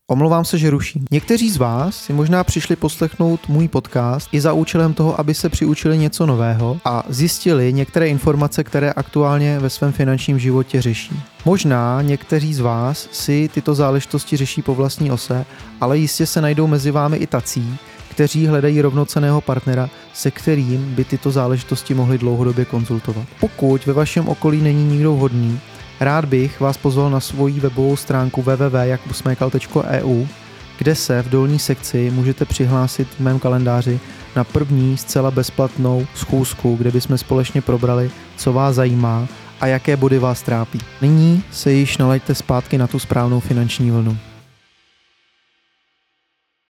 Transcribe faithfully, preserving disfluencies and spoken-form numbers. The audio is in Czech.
Omlouvám se, že ruším. Někteří z vás si možná přišli poslechnout můj podcast i za účelem toho, aby se přiučili něco nového a zjistili některé informace, které aktuálně ve svém finančním životě řeší. Možná někteří z vás si tyto záležitosti řeší po vlastní ose, ale jistě se najdou mezi vámi i tací, kteří hledají rovnocenného partnera, se kterým by tyto záležitosti mohli dlouhodobě konzultovat. Pokud ve vašem okolí není nikdo vhodný, rád bych vás pozval na svoji webovou stránku w w w tečka jakub smekal tečka e u, kde se v dolní sekci můžete přihlásit v mém kalendáři na první zcela bezplatnou schůzku, kde bychom společně probrali, co vás zajímá a jaké body vás trápí. Nyní se již nalaďte zpátky na tu správnou finanční vlnu.